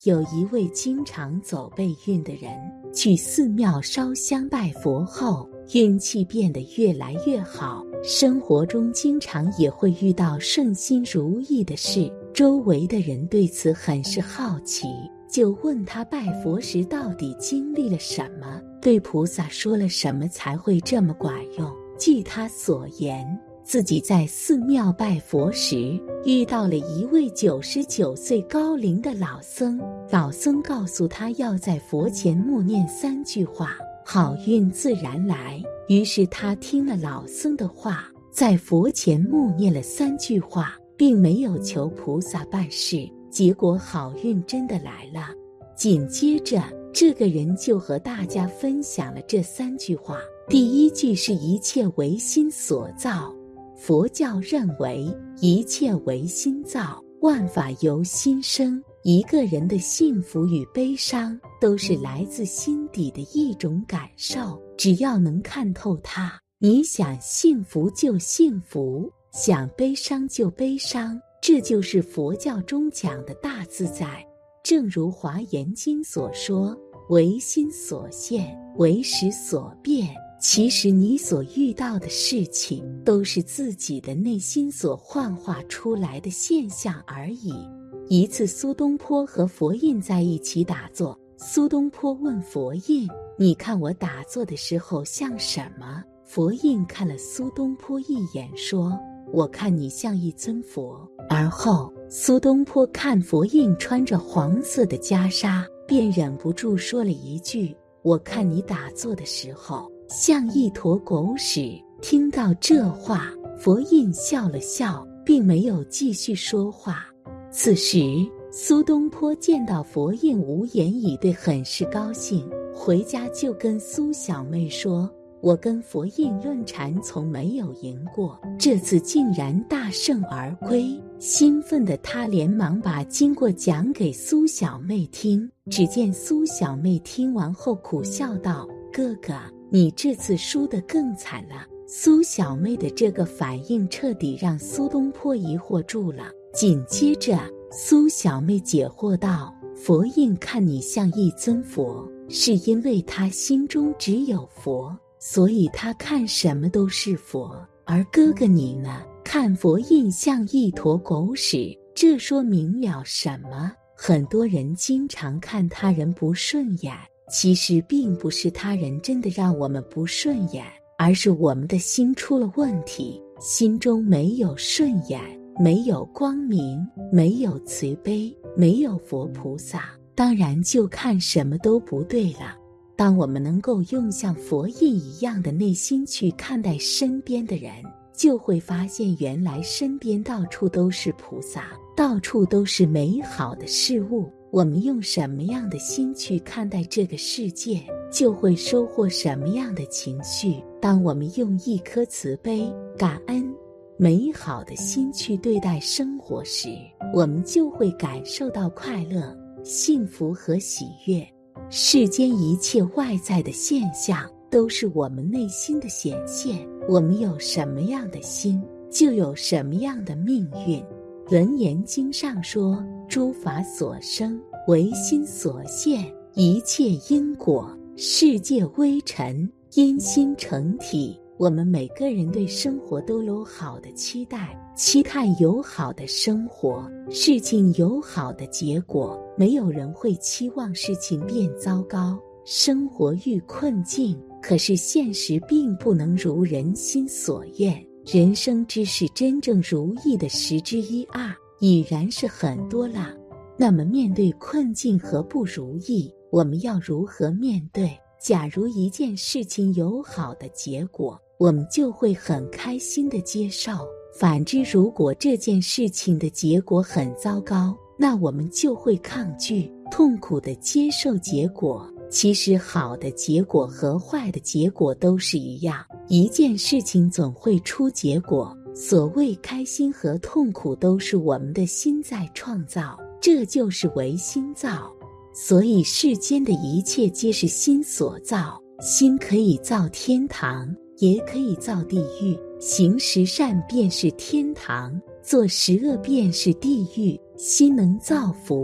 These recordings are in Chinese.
有一位经常走背运的人，去寺庙烧香拜佛后，运气变得越来越好，生活中经常也会遇到顺心如意的事。周围的人对此很是好奇，就问他拜佛时到底经历了什么，对菩萨说了什么才会这么管用。据他所言，自己在寺庙拜佛时遇到了一位99岁高龄的老僧，老僧告诉他要在佛前默念3句话，好运自然来。于是他听了老僧的话，在佛前默念了3句话，并没有求菩萨办事，结果好运真的来了。紧接着这个人就和大家分享了这3句话。第一句是一切唯心所造，佛教认为一切唯心造，万法由心生。一个人的幸福与悲伤都是来自心底的一种感受，只要能看透它，你想幸福就幸福，想悲伤就悲伤，这就是佛教中讲的大自在。正如华严经所说，唯心所现，唯识所变。其实你所遇到的事情都是自己的内心所幻化出来的现象而已。一次苏东坡和佛印在一起打坐，苏东坡问佛印，你看我打坐的时候像什么？佛印看了苏东坡一眼说，我看你像一尊佛。而后苏东坡看佛印穿着黄色的袈裟，便忍不住说了一句，我看你打坐的时候像一坨狗屎。听到这话，佛印笑了笑，并没有继续说话。此时苏东坡见到佛印无言以对，很是高兴，回家就跟苏小妹说，我跟佛印论禅从没有赢过，这次竟然大胜而归。兴奋的他连忙把经过讲给苏小妹听，只见苏小妹听完后苦笑道，哥哥，你这次输得更惨了。苏小妹的这个反应彻底让苏东坡疑惑住了。紧接着苏小妹解惑道，佛印看你像一尊佛，是因为他心中只有佛，所以他看什么都是佛。而哥哥你呢，看佛印像一坨狗屎，这说明了什么？很多人经常看他人不顺眼，其实并不是他人真的让我们不顺眼，而是我们的心出了问题，心中没有顺眼，没有光明，没有慈悲，没有佛菩萨，当然就看什么都不对了。当我们能够用像佛印一样的内心去看待身边的人，就会发现原来身边到处都是菩萨，到处都是美好的事物。我们用什么样的心去看待这个世界，就会收获什么样的情绪。当我们用一颗慈悲、感恩、美好的心去对待生活时，我们就会感受到快乐、幸福和喜悦。世间一切外在的现象都是我们内心的显现，我们有什么样的心，就有什么样的命运。楞严经上说，诸法所生，唯心所现，一切因果，世界微尘，因心成体。我们每个人对生活都有好的期待，期待有好的生活，事情有好的结果。没有人会期望事情变糟糕，生活遇困境，可是现实并不能如人心所愿。人生之事真正如意的10之1、2，已然是很多了。那么面对困境和不如意，我们要如何面对？假如一件事情有好的结果，我们就会很开心地接受。反之，如果这件事情的结果很糟糕，那我们就会抗拒，痛苦地接受结果。其实好的结果和坏的结果都是一样，一件事情总会出结果。所谓开心和痛苦都是我们的心在创造，这就是唯心造。所以世间的一切皆是心所造，心可以造天堂，也可以造地狱。行十善便是天堂，做十恶便是地狱。心能造福，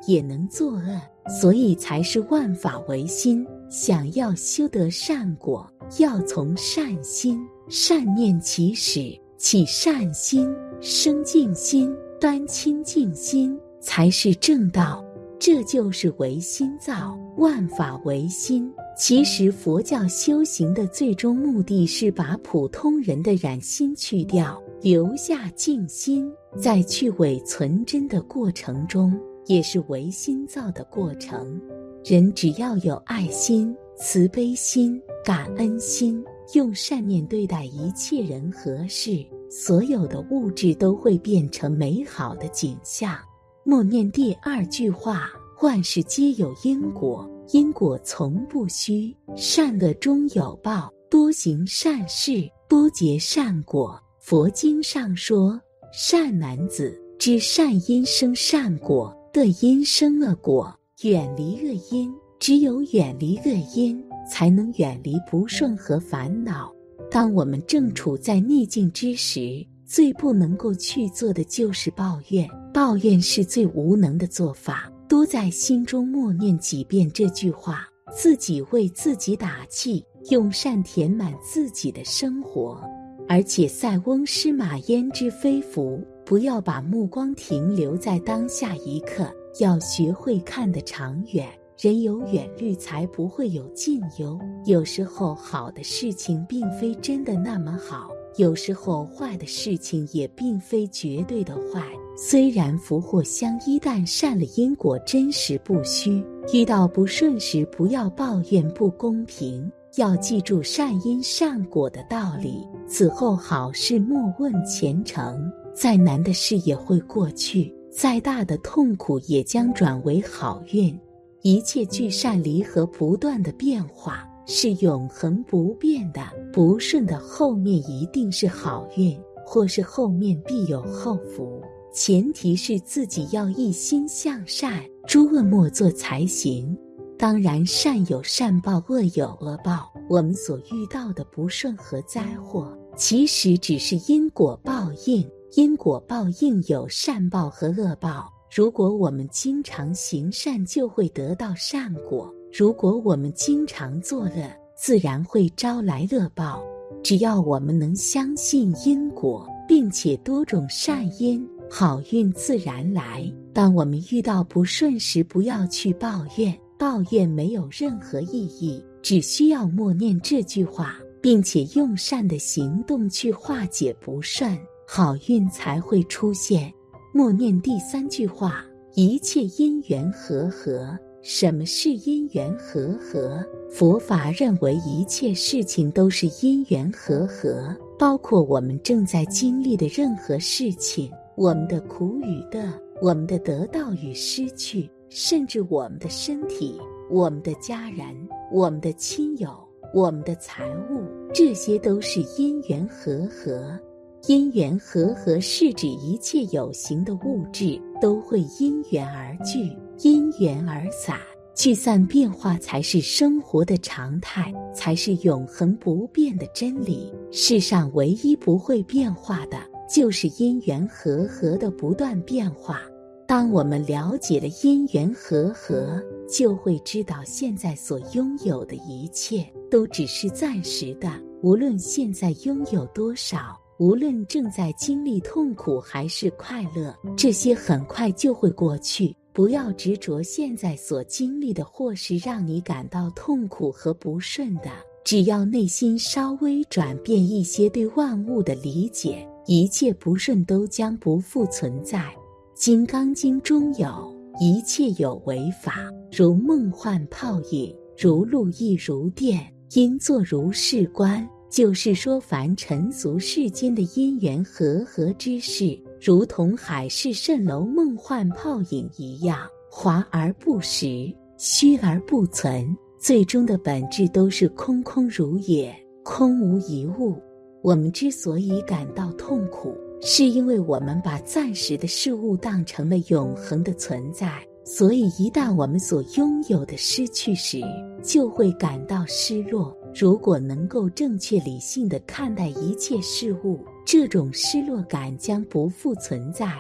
也能作恶，所以才是万法唯心。想要修得善果，要从善心、善念起始，起善心，生净心，端清净心，才是正道。这就是唯心造，万法唯心。其实佛教修行的最终目的是把普通人的染心去掉，留下净心。在去伪存真的过程中，也是唯心造的过程。人只要有爱心、慈悲心、感恩心，用善念对待一切人和事，所有的物质都会变成美好的景象。默念第2句话：万事皆有因果，因果从不虚，善恶终有报，多行善事，多结善果。佛经上说，善男子知善因生善果，恶因生恶果，远离恶因。只有远离恶因，才能远离不顺和烦恼。当我们正处在逆境之时，最不能够去做的就是抱怨，抱怨是最无能的做法。多在心中默念几遍这句话，自己为自己打气，用善填满自己的生活。而且塞翁失马焉知非福，不要把目光停留在当下一刻，要学会看得长远。人有远虑，才不会有近忧。有时候好的事情并非真的那么好，有时候坏的事情也并非绝对的坏。虽然福祸相依，但善了因果真实不虚。遇到不顺时，不要抱怨不公平，要记住善因善果的道理。此后好事莫问前程，再难的事也会过去，再大的痛苦也将转为好运。一切聚散离合，不断的变化，是永恒不变的。不顺的后面一定是好运，或是后面必有后福。前提是自己要一心向善，诸恶莫作才行。当然，善有善报，恶有恶报。我们所遇到的不顺和灾祸，其实只是因果报应。因果报应有善报和恶报。如果我们经常行善，就会得到善果；如果我们经常作恶，自然会招来恶报。只要我们能相信因果，并且多种善因，好运自然来。当我们遇到不顺时，不要去抱怨，抱怨没有任何意义，只需要默念这句话，并且用善的行动去化解不顺，好运才会出现。默念第3句话：一切因缘和合。什么是因缘和合？佛法认为一切事情都是因缘和合，包括我们正在经历的任何事情，我们的苦与乐，我们的得到与失去，甚至我们的身体，我们的家人，我们的亲友，我们的财物，这些都是因缘和合。因缘和合是指一切有形的物质都会因缘而聚，因缘而散，聚散变化才是生活的常态，才是永恒不变的真理。世上唯一不会变化的，就是因缘和合的不断变化。当我们了解了因缘和合，就会知道现在所拥有的一切都只是暂时的，无论现在拥有多少，无论正在经历痛苦还是快乐，这些很快就会过去。不要执着现在所经历的，或是让你感到痛苦和不顺的，只要内心稍微转变一些对万物的理解，一切不顺都将不复存在。金刚经中有：一切有为法，如梦幻泡影，如露亦如电，应作如是观。就是说，凡尘俗世间的因缘和合之事，如同海市蜃楼、梦幻泡影一样，华而不实，虚而不存，最终的本质都是空空如也，空无一物。我们之所以感到痛苦，是因为我们把暂时的事物当成了永恒的存在，所以一旦我们所拥有的失去时，就会感到失落。如果能够正确理性地看待一切事物，这种失落感将不复存在。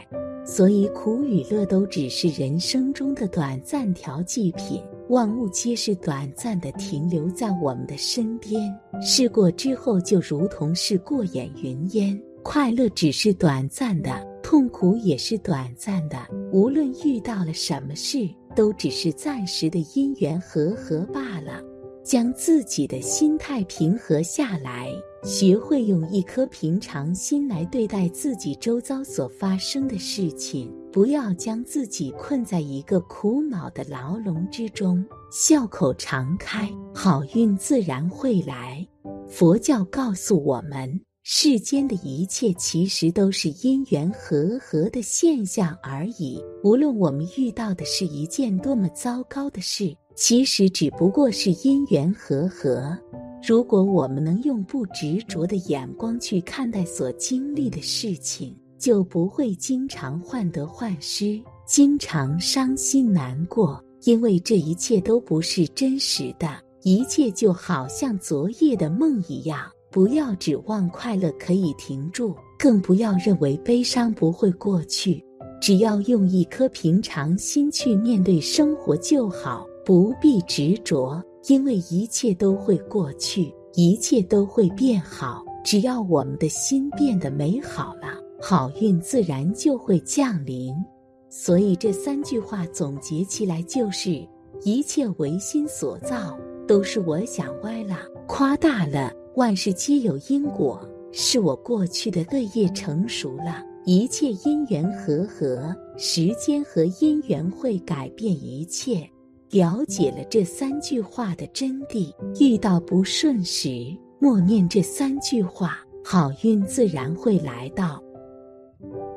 所以苦与乐都只是人生中的短暂调剂品，万物皆是短暂的停留在我们的身边，事过之后就如同是过眼云烟，快乐只是短暂的，痛苦也是短暂的，无论遇到了什么事，都只是暂时的因缘和合罢了。将自己的心态平和下来，学会用一颗平常心来对待自己周遭所发生的事情，不要将自己困在一个苦恼的牢笼之中，笑口常开，好运自然会来。佛教告诉我们，世间的一切其实都是因缘和合的现象而已，无论我们遇到的是一件多么糟糕的事，其实只不过是因缘和合。如果我们能用不执着的眼光去看待所经历的事情，就不会经常患得患失，经常伤心难过，因为这一切都不是真实的，一切就好像昨夜的梦一样。不要指望快乐可以停住，更不要认为悲伤不会过去，只要用一颗平常心去面对生活就好，不必执着，因为一切都会过去，一切都会变好，只要我们的心变得美好了，好运自然就会降临。所以这3句话总结起来就是：一切唯心所造，都是我想歪了，夸大了，万事皆有因果，是我过去的恶业成熟了，一切因缘和合，时间和因缘会改变一切。了解了这3句话的真谛，遇到不顺时，默念这3句话，好运自然会来到。